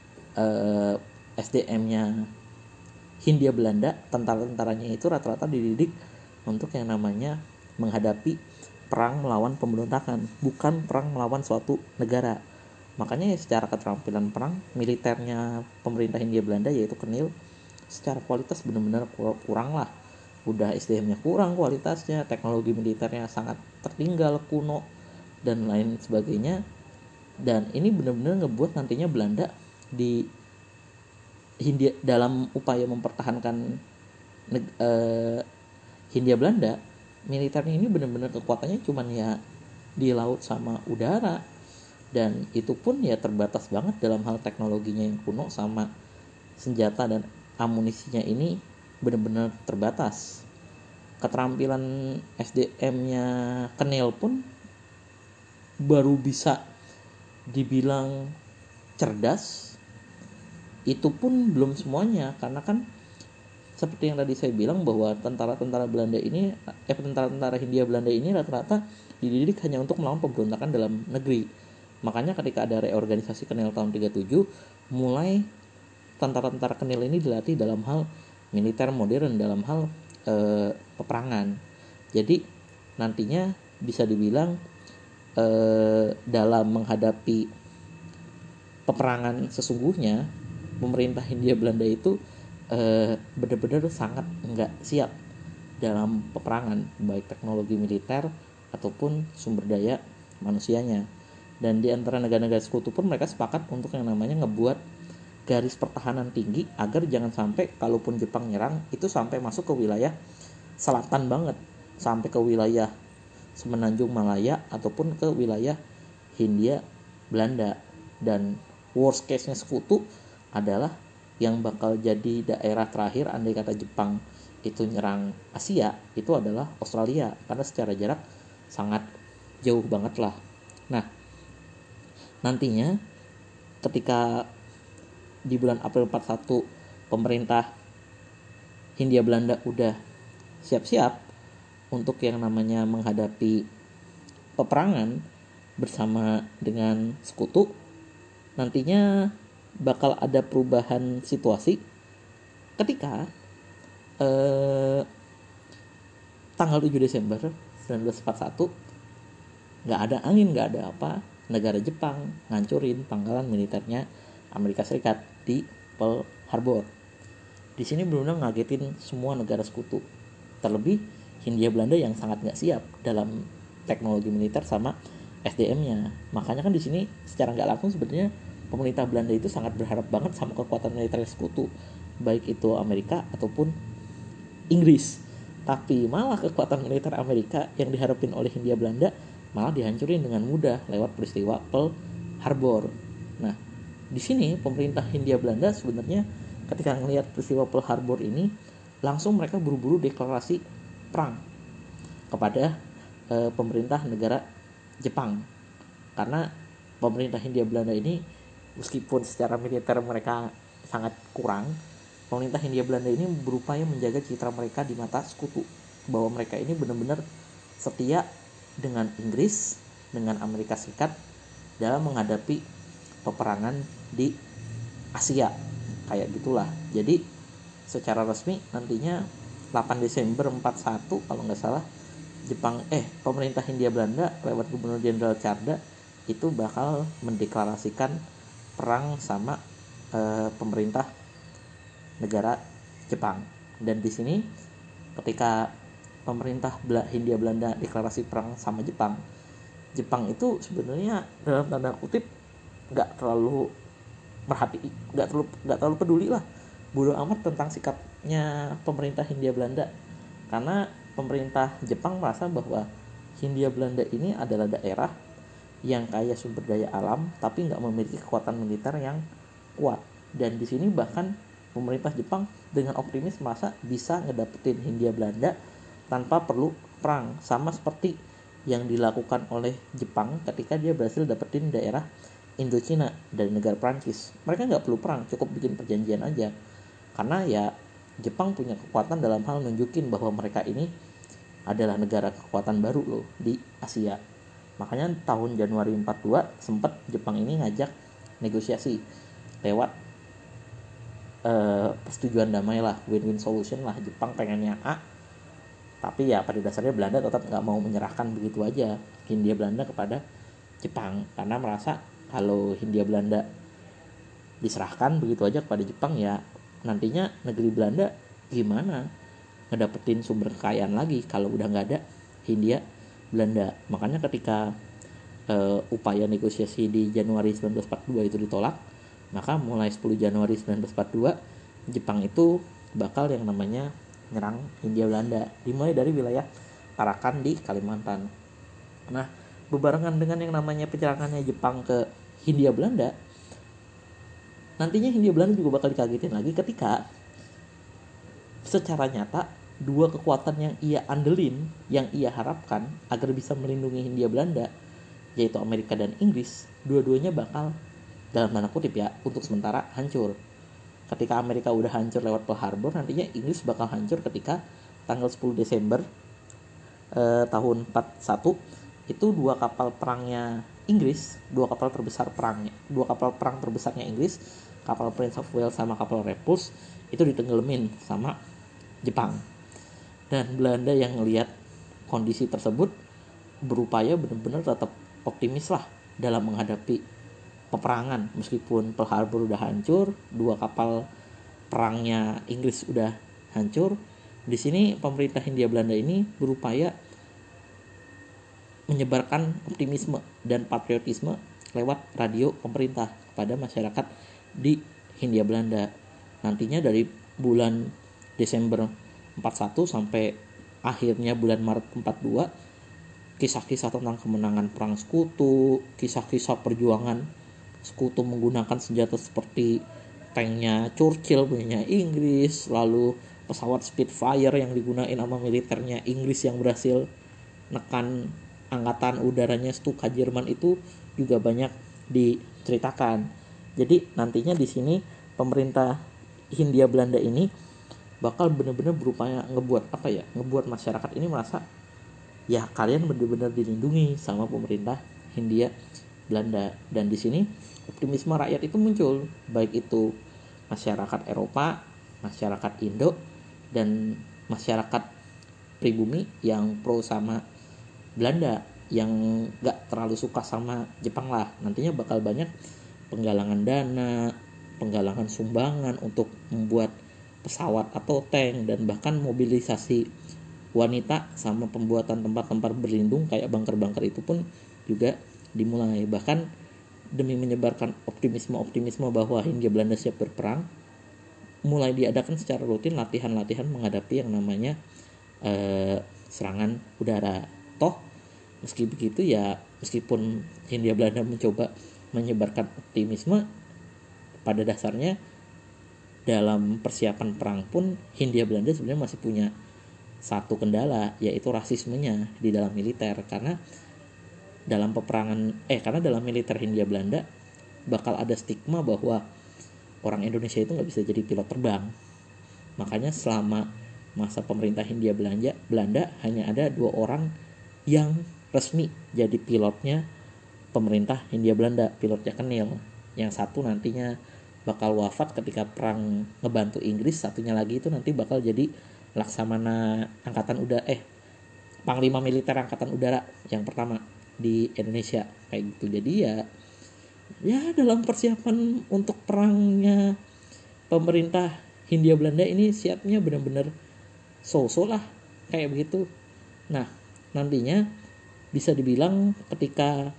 SDM-nya Hindia Belanda, tentara-tentaranya itu rata-rata dididik untuk yang namanya menghadapi perang melawan pemberontakan, bukan perang melawan suatu negara. Makanya secara keterampilan perang militernya pemerintah Hindia Belanda yaitu Kenil secara kualitas benar-benar kurang lah. Udah SDM-nya kurang kualitasnya, teknologi militernya sangat tertinggal, kuno dan lain sebagainya. Dan ini benar-benar ngebuat nantinya Belanda di Hindia dalam upaya mempertahankan Hindia Belanda, militernya ini benar-benar kekuatannya cuman ya di laut sama udara, dan itu pun ya terbatas banget dalam hal teknologinya yang kuno, sama senjata dan amunisinya ini benar-benar terbatas. Keterampilan SDM-nya Kenil pun baru bisa dibilang cerdas, itu pun belum semuanya, karena kan seperti yang tadi saya bilang bahwa tentara-tentara Belanda ini tentara-tentara Hindia Belanda ini rata-rata dididik hanya untuk melawan pemberontakan dalam negeri. Makanya ketika ada reorganisasi Kenil tahun 37, mulai tentara-tentara Kenil ini dilatih dalam hal militer modern, dalam hal peperangan. Jadi nantinya bisa dibilang dalam menghadapi peperangan sesungguhnya pemerintah Hindia Belanda itu benar-benar sangat nggak siap dalam peperangan, baik teknologi militer ataupun sumber daya manusianya. Dan di antara negara-negara sekutu pun mereka sepakat untuk yang namanya ngebuat garis pertahanan tinggi agar jangan sampai kalaupun Jepang nyerang itu sampai masuk ke wilayah selatan banget, sampai ke wilayah Semenanjung Malaya ataupun ke wilayah Hindia Belanda. Dan worst case-nya sekutu adalah yang bakal jadi daerah terakhir andai kata Jepang itu nyerang Asia itu adalah Australia, karena secara jarak sangat jauh banget lah. Nah, nantinya ketika di bulan April 41 pemerintah Hindia Belanda udah siap-siap untuk yang namanya menghadapi peperangan bersama dengan sekutu, nantinya bakal ada perubahan situasi ketika tanggal 7 Desember 1941 nggak ada angin, nggak ada apa, negara Jepang ngancurin pangkalan militernya Amerika Serikat di Pearl Harbor. Di sini benar-benar ngagetin semua negara sekutu, terlebih Hindia Belanda yang sangat nggak siap dalam teknologi militer sama SDM-nya. Makanya kan di sini secara nggak langsung sebenarnya pemerintah Belanda itu sangat berharap banget sama kekuatan militer sekutu, baik itu Amerika ataupun Inggris. Tapi malah kekuatan militer Amerika yang diharapin oleh Hindia Belanda malah dihancurin dengan mudah lewat peristiwa Pearl Harbor. Nah, di sini pemerintah Hindia Belanda sebenarnya ketika melihat peristiwa Pearl Harbor ini langsung mereka buru-buru deklarasi perang kepada pemerintah negara Jepang, karena pemerintah Hindia Belanda ini meskipun secara militer mereka sangat kurang, pemerintah Hindia Belanda ini berupaya menjaga citra mereka di mata sekutu, bahwa mereka ini benar-benar setia dengan Inggris, dengan Amerika Serikat dalam menghadapi peperangan di Asia, kayak gitulah. Jadi secara resmi nantinya 8 Desember 41 kalau nggak salah pemerintah Hindia Belanda lewat Gubernur Jenderal Tjarda itu bakal mendeklarasikan perang sama pemerintah negara Jepang. Dan di sini ketika pemerintah Hindia Belanda deklarasi perang sama Jepang itu sebenarnya dalam tanda kutip nggak terlalu peduli lah, bodo amat tentang sikapnya pemerintah Hindia Belanda, karena pemerintah Jepang merasa bahwa Hindia Belanda ini adalah daerah yang kaya sumber daya alam tapi nggak memiliki kekuatan militer yang kuat. Dan di sini bahkan pemerintah Jepang dengan optimis merasa bisa ngedapetin Hindia Belanda tanpa perlu perang, sama seperti yang dilakukan oleh Jepang ketika dia berhasil dapetin daerah Indochina dari negara Prancis. Mereka nggak perlu perang, cukup bikin perjanjian aja, karena ya Jepang punya kekuatan dalam hal nunjukin bahwa mereka ini adalah negara kekuatan baru loh di Asia. Makanya tahun Januari 42 sempat Jepang ini ngajak negosiasi lewat persetujuan damai lah, win-win solution lah. Jepang pengennya A, tapi ya pada dasarnya Belanda tetap nggak mau menyerahkan begitu aja Hindia Belanda kepada Jepang, karena merasa kalau Hindia Belanda diserahkan begitu aja kepada Jepang, ya nantinya negeri Belanda gimana ngedapetin sumber kekayaan lagi kalau udah nggak ada Hindia Belanda. Makanya ketika upaya negosiasi di Januari 1942 itu ditolak, maka mulai 10 Januari 1942 Jepang itu bakal yang namanya nyerang Hindia Belanda, dimulai dari wilayah Tarakan di Kalimantan. Nah, bebarengan dengan yang namanya penyerangannya Jepang ke Hindia Belanda, nantinya Hindia Belanda juga bakal dikagetin lagi ketika secara nyata dua kekuatan yang ia andelin, yang ia harapkan agar bisa melindungi Hindia Belanda, yaitu Amerika dan Inggris, dua-duanya bakal dalam tanda kutip ya untuk sementara hancur. Ketika Amerika udah hancur lewat Pearl Harbor, nantinya Inggris bakal hancur ketika tanggal 10 Desember tahun 41 itu dua kapal perangnya Inggris, dua kapal perang terbesarnya Inggris, kapal Prince of Wales sama kapal Repulse itu ditenggelamin sama Jepang. Dan Belanda yang ngelihat kondisi tersebut berupaya benar-benar tetap optimis lah dalam menghadapi peperangan. Meskipun Pearl Harbor udah hancur, dua kapal perangnya Inggris udah hancur, di sini pemerintah Hindia Belanda ini berupaya menyebarkan optimisme dan patriotisme lewat radio pemerintah kepada masyarakat di Hindia Belanda. Nantinya dari bulan Desember 41 sampai akhirnya bulan Maret 42, kisah-kisah tentang kemenangan perang sekutu, kisah-kisah perjuangan sekutu menggunakan senjata seperti tanknya Churchill punya Inggris, lalu pesawat Spitfire yang digunain sama militernya Inggris yang berhasil nekan angkatan udaranya Stuka Jerman itu juga banyak diceritakan. Jadi nantinya di sini pemerintah Hindia Belanda ini bakal benar-benar berupaya ngebuat masyarakat ini merasa ya kalian benar-benar dilindungi sama pemerintah Hindia Belanda. Dan di sini optimisme rakyat itu muncul, baik itu masyarakat Eropa, masyarakat Indo, dan masyarakat pribumi yang pro sama Belanda, yang gak terlalu suka sama Jepang lah. Nantinya bakal banyak penggalangan dana, penggalangan sumbangan untuk membuat pesawat atau tank, dan bahkan mobilisasi wanita sama pembuatan tempat-tempat berlindung kayak bunker-bunker itu pun juga dimulai. Bahkan demi menyebarkan optimisme bahwa Hindia Belanda siap berperang, mulai diadakan secara rutin latihan-latihan menghadapi yang namanya serangan udara. Toh meski begitu ya, meskipun Hindia Belanda mencoba menyebarkan optimisme, pada dasarnya dalam persiapan perang pun Hindia Belanda sebenarnya masih punya satu kendala, yaitu rasismenya di dalam militer. Karena dalam dalam militer Hindia Belanda bakal ada stigma bahwa orang Indonesia itu nggak bisa jadi pilot terbang. Makanya selama masa pemerintah Hindia Belanda hanya ada 2 orang yang resmi jadi pilotnya pemerintah Hindia Belanda, pilotnya Kenil. Yang satu nantinya bakal wafat ketika perang ngebantu Inggris, satunya lagi itu nanti bakal jadi Laksamana Panglima Militer Angkatan Udara yang pertama di Indonesia kayak gitu. Jadi ya dalam persiapan untuk perangnya pemerintah Hindia Belanda ini siapnya benar-benar so-so lah kayak begitu. Nah, nantinya bisa dibilang ketika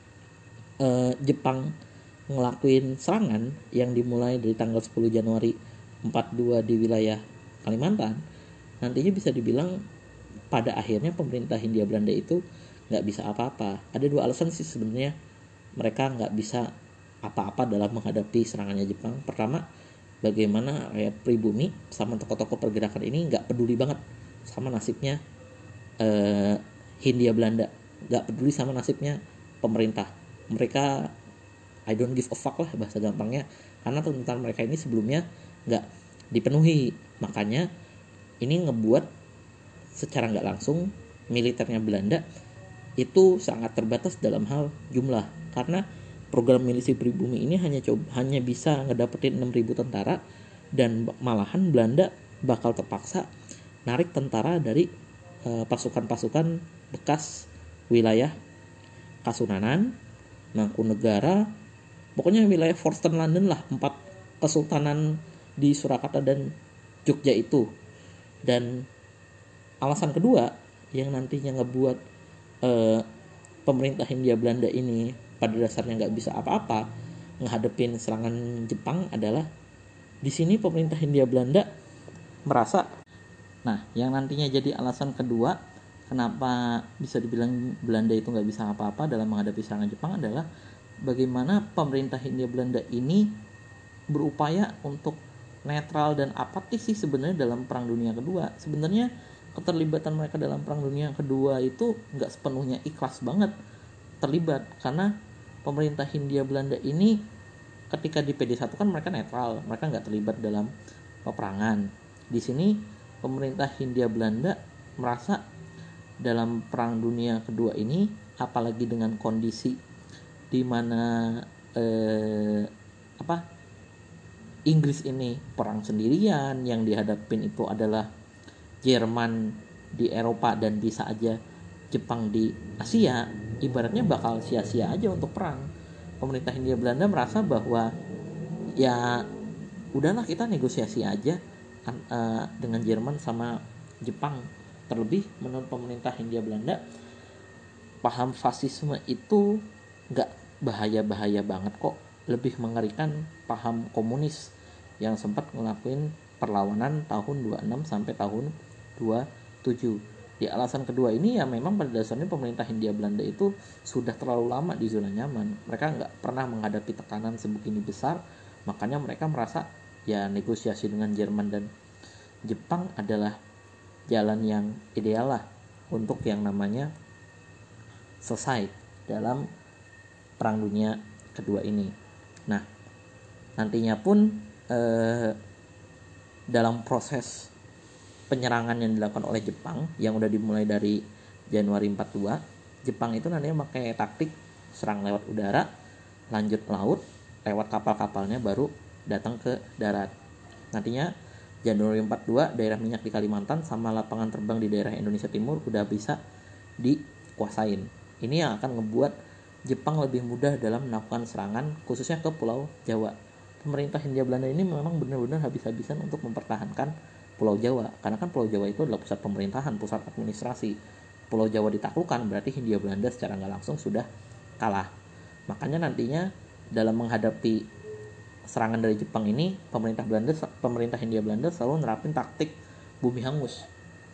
Jepang ngelakuin serangan yang dimulai dari tanggal 10 Januari 42 di wilayah Kalimantan, nantinya bisa dibilang pada akhirnya pemerintah Hindia Belanda itu nggak bisa apa-apa. Ada 2 alasan sih sebenarnya mereka nggak bisa apa-apa dalam menghadapi serangannya Jepang. Pertama, bagaimana rakyat pribumi sama tokoh-tokoh pergerakan ini nggak peduli banget sama nasibnya Hindia Belanda, nggak peduli sama nasibnya pemerintah. Mereka I don't give a fuck lah bahasa gampangnya, karena tuntutan mereka ini sebelumnya nggak dipenuhi. Makanya ini ngebuat secara nggak langsung militernya Belanda itu sangat terbatas dalam hal jumlah, karena program milisi pribumi ini hanya bisa ngedapetin 6.000 tentara, dan malahan Belanda bakal terpaksa narik tentara dari pasukan-pasukan bekas wilayah Kasunanan, Mangkunegara, pokoknya wilayah Forsten London lah, 4 kesultanan di Surakarta dan Jogja itu. Dan alasan kedua yang nantinya ngebuat pemerintah Hindia Belanda ini pada dasarnya nggak bisa apa-apa menghadapin serangan Jepang adalah di sini pemerintah Hindia Belanda merasa, nah yang nantinya jadi alasan kedua kenapa bisa dibilang Belanda itu nggak bisa apa-apa dalam menghadapi serangan Jepang adalah bagaimana pemerintah Hindia Belanda ini berupaya untuk netral dan apatis sih sebenarnya dalam Perang Dunia Kedua. Sebenarnya keterlibatan mereka dalam Perang Dunia Kedua itu nggak sepenuhnya ikhlas banget terlibat, karena pemerintah Hindia Belanda ini ketika di PD1 kan mereka netral, mereka nggak terlibat dalam peperangan. Di sini pemerintah Hindia Belanda merasa dalam Perang Dunia Kedua ini, apalagi dengan kondisi di mana Inggris ini perang sendirian, yang dihadapin itu adalah Jerman di Eropa dan bisa aja Jepang di Asia, ibaratnya bakal sia-sia aja untuk perang. Pemerintah Hindia Belanda merasa bahwa ya udahlah kita negosiasi aja dengan Jerman sama Jepang. Terlebih menurut pemerintah Hindia Belanda, paham fasisme itu gak bahaya-bahaya banget kok, lebih mengerikan paham komunis yang sempat ngelakuin perlawanan tahun 26 sampai tahun 27. Di alasan kedua ini ya memang pada dasarnya pemerintah Hindia Belanda itu sudah terlalu lama di zona nyaman. Mereka nggak pernah menghadapi tekanan sebegini besar, makanya mereka merasa ya negosiasi dengan Jerman dan Jepang adalah jalan yang ideal lah untuk yang namanya selesai dalam Perang Dunia Kedua ini. Nah, nantinya pun dalam proses penyerangan yang dilakukan oleh Jepang yang udah dimulai dari Januari 42, Jepang itu nantinya pakai taktik serang lewat udara, lanjut laut, lewat kapal-kapalnya baru datang ke darat. Nantinya Januari 42 daerah minyak di Kalimantan sama lapangan terbang di daerah Indonesia Timur udah bisa dikuasain. Ini yang akan ngebuat Jepang lebih mudah dalam melakukan serangan khususnya ke Pulau Jawa. Pemerintah Hindia Belanda ini memang benar-benar habis-habisan untuk mempertahankan Pulau Jawa, karena kan Pulau Jawa itu adalah pusat pemerintahan, pusat administrasi. Pulau Jawa ditaklukkan berarti Hindia Belanda secara nggak langsung sudah kalah. Makanya nantinya dalam menghadapi serangan dari Jepang ini, pemerintah Hindia Belanda selalu nerapin taktik bumi hangus.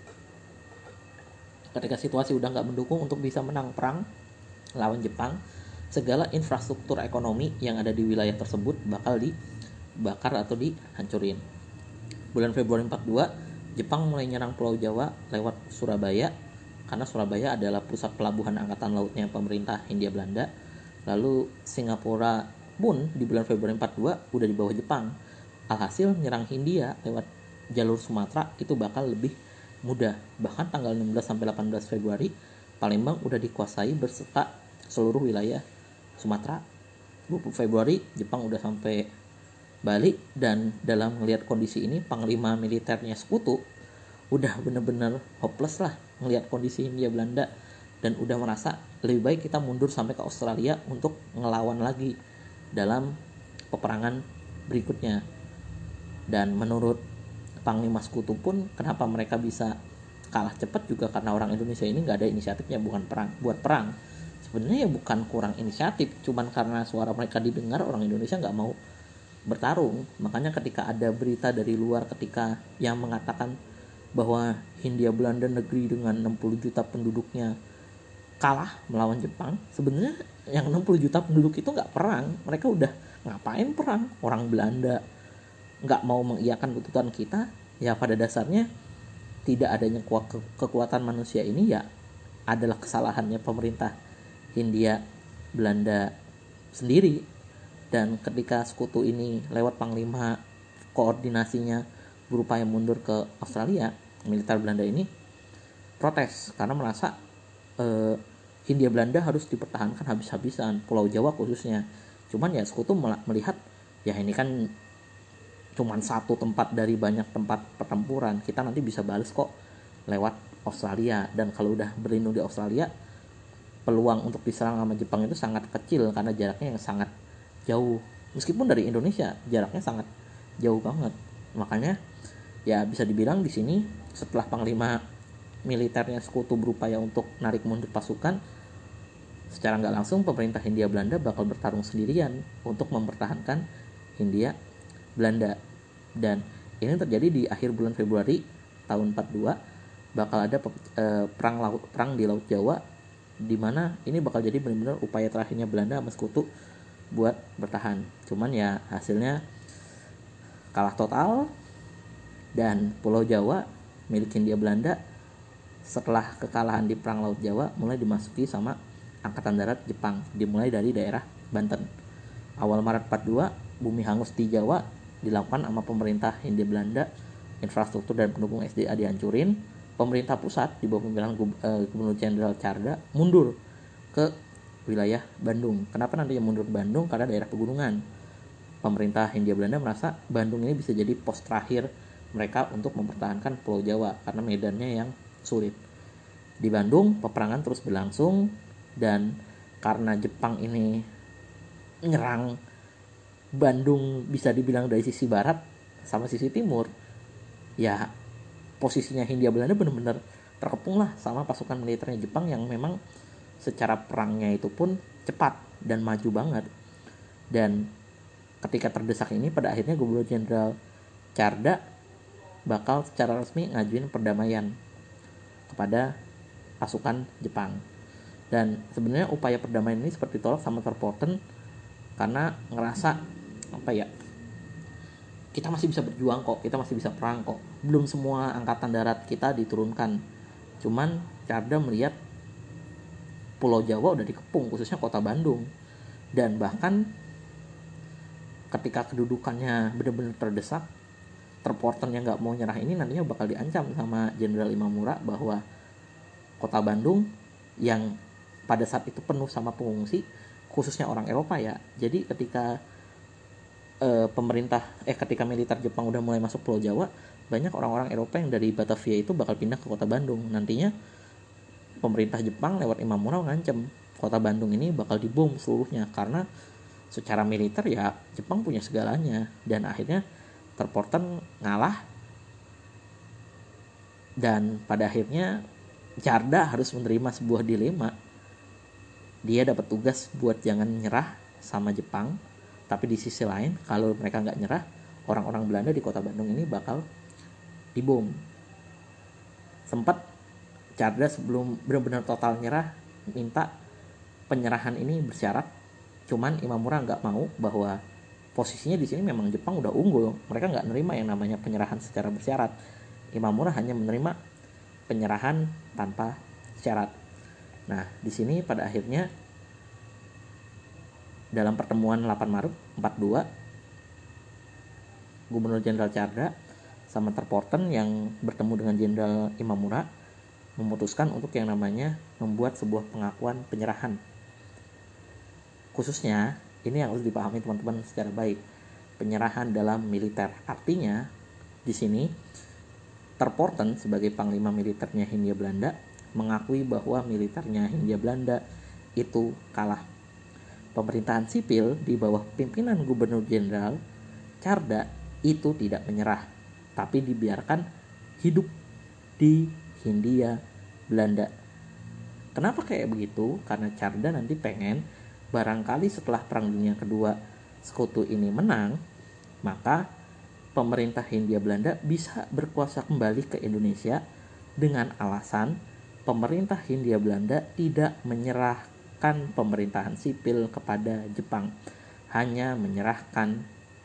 Ketika situasi udah nggak mendukung untuk bisa menang perang lawan Jepang, segala infrastruktur ekonomi yang ada di wilayah tersebut bakal dibakar atau dihancurin. Bulan Februari 42, Jepang mulai nyerang Pulau Jawa lewat Surabaya, karena Surabaya adalah pusat pelabuhan angkatan lautnya pemerintah Hindia Belanda. Lalu Singapura pun di bulan Februari 42 udah di bawah Jepang. Alhasil nyerang Hindia lewat jalur Sumatera itu bakal lebih mudah. Bahkan tanggal 16 sampai 18 Februari, Palembang udah dikuasai berserta seluruh wilayah Sumatera. 20 Februari Jepang udah sampai Bali, dan dalam melihat kondisi ini panglima militernya Sekutu udah bener-bener hopeless lah ngelihat kondisi Hindia Belanda, dan udah merasa lebih baik kita mundur sampai ke Australia untuk ngelawan lagi dalam peperangan berikutnya. Dan menurut panglima Sekutu pun kenapa mereka bisa kalah cepat juga karena orang Indonesia ini nggak ada inisiatifnya, bukan buat perang. Sebenarnya ya bukan kurang inisiatif, cuman karena suara mereka didengar, orang Indonesia nggak mau bertarung. Makanya ketika ada berita dari luar ketika yang mengatakan bahwa Hindia Belanda negeri dengan 60 juta penduduknya kalah melawan Jepang, sebenarnya yang 60 juta penduduk itu nggak perang. Mereka udah ngapain perang? Orang Belanda nggak mau mengiyakan tuntutan kita, ya pada dasarnya tidak adanya kekuatan manusia ini ya adalah kesalahannya pemerintah Hindia Belanda sendiri. Dan ketika Sekutu ini lewat panglima koordinasinya berupaya mundur ke Australia, militer Belanda ini protes karena merasa Hindia Belanda harus dipertahankan habis-habisan, Pulau Jawa khususnya. Cuman ya Sekutu melihat ya ini kan cuman satu tempat dari banyak tempat pertempuran, kita nanti bisa balas kok lewat Australia. Dan kalau udah berlindung di Australia, peluang untuk diserang sama Jepang itu sangat kecil karena jaraknya yang sangat jauh. Meskipun dari Indonesia jaraknya sangat jauh banget. Makanya ya bisa dibilang di sini setelah panglima militernya Sekutu berupaya untuk narik mundur pasukan, secara nggak langsung pemerintah Hindia Belanda bakal bertarung sendirian untuk mempertahankan Hindia Belanda. Dan ini terjadi di akhir bulan Februari tahun 42, bakal ada perang di Laut Jawa, di mana ini bakal jadi benar-benar upaya terakhirnya Belanda sama Sekutu buat bertahan. Cuman ya hasilnya kalah total, dan Pulau Jawa milik Hindia Belanda setelah kekalahan di Perang Laut Jawa mulai dimasuki sama Angkatan Darat Jepang, dimulai dari daerah Banten. Awal Maret 42 bumi hangus di Jawa dilakukan sama pemerintah Hindia Belanda. Infrastruktur dan pendukung SDA dihancurin. Pemerintah pusat di bawah pimpinan Gubernur Jenderal Tjarda mundur ke wilayah Bandung. Kenapa nantinya mundur ke Bandung? Karena daerah pegunungan. Pemerintah Hindia Belanda merasa Bandung ini bisa jadi pos terakhir mereka untuk mempertahankan Pulau Jawa karena medannya yang sulit. Di Bandung peperangan terus berlangsung, dan karena Jepang ini menyerang Bandung bisa dibilang dari sisi barat sama sisi timur, ya posisinya Hindia Belanda benar-benar terkepung lah sama pasukan militernya Jepang yang memang secara perangnya itu pun cepat dan maju banget. Dan ketika terdesak ini, pada akhirnya Gubernur Jenderal Tjarda bakal secara resmi ngajuin perdamaian kepada pasukan Jepang. Dan sebenarnya upaya perdamaian ini seperti ditolak sama Terpoten karena ngerasa kita masih bisa berjuang kok, kita masih bisa perang kok. belum semua angkatan darat kita diturunkan. Cuman Carda melihat Pulau Jawa udah dikepung, khususnya kota Bandung. Dan bahkan ketika kedudukannya benar-benar terdesak, terporter yang nggak mau nyerah ini nantinya bakal diancam sama Jenderal Imamura bahwa kota Bandung yang pada saat itu penuh sama pengungsi, khususnya orang Eropa ya. Jadi ketika ketika militer Jepang udah mulai masuk Pulau Jawa, banyak orang-orang Eropa yang dari Batavia itu bakal pindah ke kota Bandung. Nantinya pemerintah Jepang lewat Imamura ngancam kota Bandung ini bakal dibom seluruhnya, karena secara militer ya Jepang punya segalanya. Dan akhirnya terporter ngalah, dan pada akhirnya Carda harus menerima sebuah dilema. Dia dapat tugas buat jangan nyerah sama Jepang, tapi di sisi lain kalau mereka nggak nyerah, orang-orang Belanda di kota Bandung ini bakal dibom. Sempat Carda sebelum benar-benar total nyerah minta penyerahan ini bersyarat, cuman Imamura nggak mau, bahwa posisinya di sini memang Jepang udah unggul, mereka nggak nerima yang namanya penyerahan secara bersyarat. Imamura hanya menerima penyerahan tanpa syarat. Nah, di sini pada akhirnya dalam pertemuan 8 Maret 42, Gubernur Jenderal Carda sama Terporten yang bertemu dengan Jenderal Imamura memutuskan untuk yang namanya membuat sebuah pengakuan penyerahan. Khususnya ini yang harus dipahami teman-teman secara baik. Penyerahan dalam militer. Artinya di sini Terporten sebagai panglima militernya Hindia Belanda mengakui bahwa militernya Hindia Belanda itu kalah. Pemerintahan sipil di bawah pimpinan Gubernur Jenderal Carda itu tidak menyerah, tapi dibiarkan hidup di Hindia Belanda. Kenapa kayak begitu? Karena Carda nanti pengen barangkali setelah Perang Dunia Kedua sekutu ini menang, maka pemerintah Hindia Belanda bisa berkuasa kembali ke Indonesia dengan alasan pemerintah Hindia Belanda tidak menyerahkan pemerintahan sipil kepada Jepang, hanya menyerahkan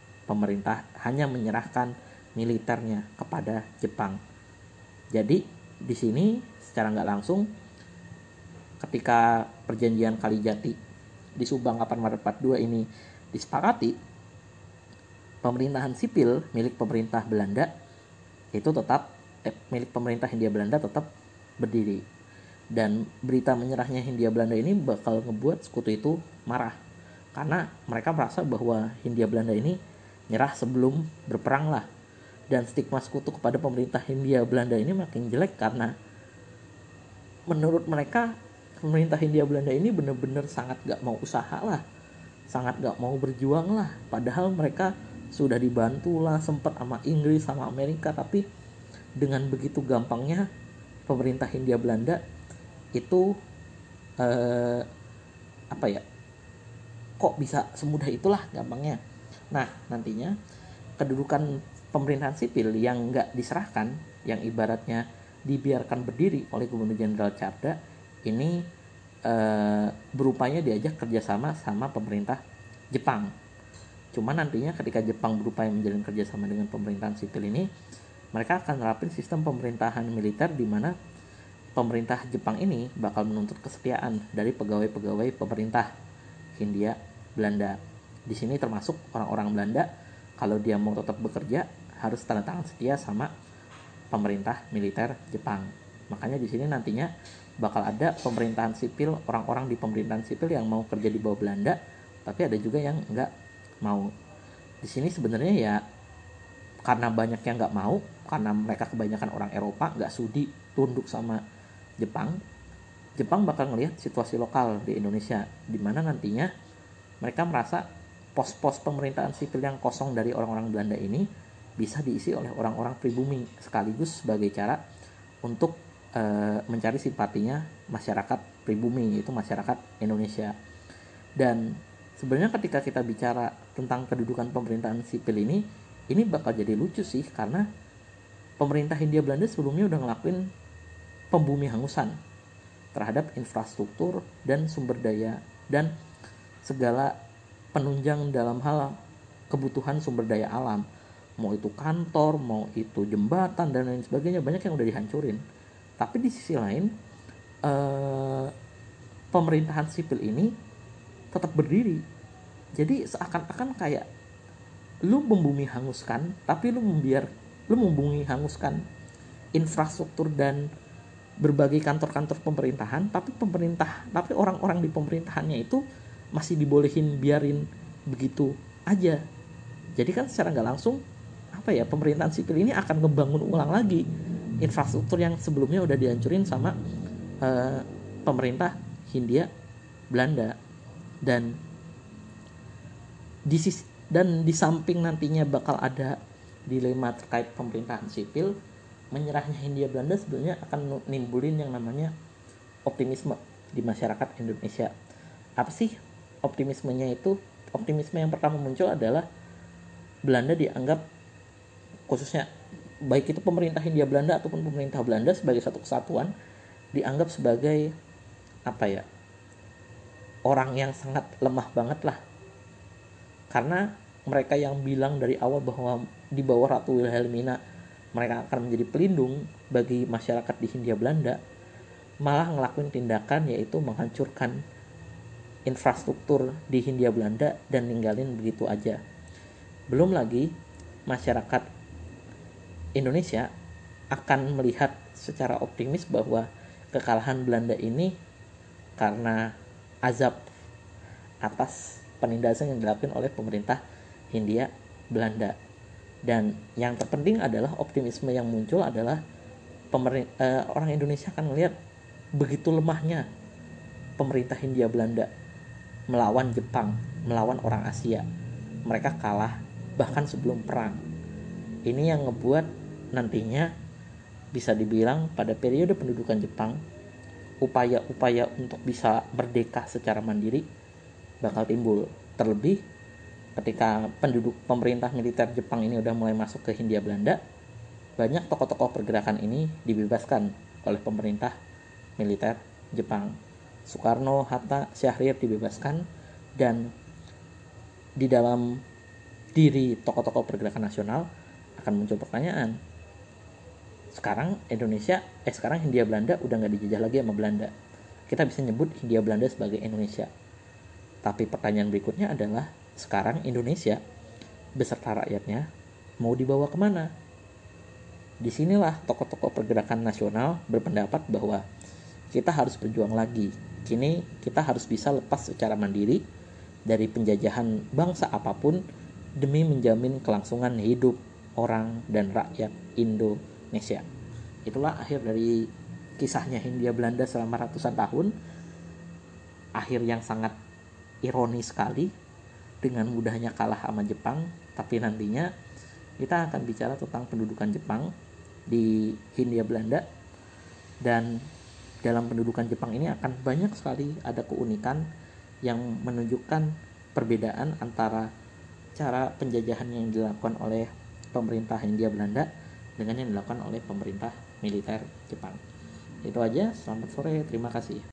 militernya kepada Jepang. Jadi di sini secara nggak langsung ketika perjanjian Kalijati di Subang 8 Maret 42 ini disepakati, pemerintahan sipil milik pemerintah Belanda itu tetap milik pemerintah Hindia Belanda tetap berdiri. Dan berita menyerahnya Hindia Belanda ini bakal ngebuat sekutu itu marah, karena mereka merasa bahwa Hindia Belanda ini nyerah sebelum berperang lah. Dan stigma sekutu kepada pemerintah Hindia Belanda ini makin jelek, karena menurut mereka pemerintah Hindia Belanda ini benar-benar sangat gak mau usaha lah, sangat gak mau berjuang lah. Padahal mereka sudah dibantu lah sempat sama Inggris sama Amerika, tapi dengan begitu gampangnya pemerintah Hindia Belanda itu kok bisa semudah itulah gampangnya. Nah, nantinya kedudukan pemerintahan sipil yang nggak diserahkan, yang ibaratnya dibiarkan berdiri oleh Gubernur Jenderal Carda ini berupaya diajak kerjasama sama pemerintah Jepang. Cuma nantinya ketika Jepang berupaya menjalin kerjasama dengan pemerintahan sipil ini, mereka akan nerapin sistem pemerintahan militer di mana pemerintah Jepang ini bakal menuntut kesetiaan dari pegawai-pegawai pemerintah Hindia Belanda. Di sini termasuk orang-orang Belanda, kalau dia mau tetap bekerja harus tanda tangan setia sama pemerintah militer Jepang. Makanya di sini nantinya bakal ada pemerintahan sipil, orang-orang di pemerintahan sipil yang mau kerja di bawah Belanda, tapi ada juga yang nggak mau. Di sini sebenarnya ya karena banyak yang nggak mau, karena mereka kebanyakan orang Eropa nggak sudi tunduk sama Jepang bakal ngelihat situasi lokal di Indonesia, di mana nantinya mereka merasa pos-pos pemerintahan sipil yang kosong dari orang-orang Belanda ini bisa diisi oleh orang-orang pribumi, sekaligus sebagai cara untuk mencari simpatinya masyarakat pribumi, yaitu masyarakat Indonesia. Dan sebenarnya ketika kita bicara tentang kedudukan pemerintahan sipil ini bakal jadi lucu sih, karena pemerintah Hindia Belanda sebelumnya udah ngelakuin pembumi hangusan terhadap infrastruktur dan sumber daya dan segala penunjang dalam hal kebutuhan sumber daya alam. mau itu kantor, mau itu jembatan dan lain sebagainya, banyak yang udah dihancurin. Tapi di sisi lain pemerintahan sipil ini tetap berdiri. Jadi seakan-akan kayak lu membumi hanguskan, tapi lu membumi hanguskan infrastruktur dan berbagai kantor-kantor pemerintahan, tapi orang-orang di pemerintahannya itu masih dibolehin biarin begitu aja. Jadi kan secara nggak langsung pemerintahan sipil ini akan ngebangun ulang lagi infrastruktur yang sebelumnya udah dihancurin sama pemerintah Hindia Belanda. Dan di samping nantinya bakal ada dilema terkait pemerintahan sipil, menyerahnya Hindia Belanda sebenarnya akan nimbulin yang namanya optimisme di masyarakat Indonesia. Apa sih optimismenya itu? Optimisme yang pertama muncul adalah Belanda dianggap, khususnya baik itu pemerintah Hindia Belanda ataupun pemerintah Belanda sebagai satu kesatuan, dianggap sebagai orang yang sangat lemah banget lah. Karena mereka yang bilang dari awal bahwa di bawah Ratu Wilhelmina mereka akan menjadi pelindung bagi masyarakat di Hindia Belanda, malah ngelakuin tindakan yaitu menghancurkan infrastruktur di Hindia Belanda dan ninggalin begitu aja. Belum lagi masyarakat Indonesia akan melihat secara optimis bahwa kekalahan Belanda ini karena azab atas penindasan yang dilakukan oleh pemerintah Hindia Belanda. Dan yang terpenting adalah optimisme yang muncul adalah orang Indonesia akan melihat begitu lemahnya pemerintah Hindia Belanda melawan Jepang, melawan orang Asia. Mereka kalah bahkan sebelum perang. Ini yang ngebuat nantinya bisa dibilang pada periode pendudukan Jepang, upaya-upaya untuk bisa merdeka secara mandiri bakal timbul. Terlebih ketika pemerintah militer Jepang ini udah mulai masuk ke Hindia Belanda, banyak tokoh-tokoh pergerakan ini dibebaskan oleh pemerintah militer Jepang. Soekarno, Hatta, Syahrir dibebaskan, dan di dalam diri tokoh-tokoh pergerakan nasional akan muncul pertanyaan. Sekarang Hindia Belanda udah nggak dijajah lagi sama Belanda. Kita bisa nyebut Hindia Belanda sebagai Indonesia. Tapi pertanyaan berikutnya adalah, sekarang Indonesia beserta rakyatnya mau dibawa kemana? Disinilah tokoh-tokoh pergerakan nasional berpendapat bahwa kita harus berjuang lagi. Kini kita harus bisa lepas secara mandiri dari penjajahan bangsa apapun demi menjamin kelangsungan hidup orang dan rakyat Indonesia. Itulah akhir dari kisahnya Hindia Belanda selama ratusan tahun. Akhir yang sangat ironis sekali, dengan mudahnya kalah sama Jepang. Tapi nantinya kita akan bicara tentang pendudukan Jepang di Hindia Belanda, dan dalam pendudukan Jepang ini akan banyak sekali ada keunikan yang menunjukkan perbedaan antara cara penjajahan yang dilakukan oleh pemerintah Hindia Belanda dengan yang dilakukan oleh pemerintah militer Jepang. Itu aja, selamat sore, terima kasih.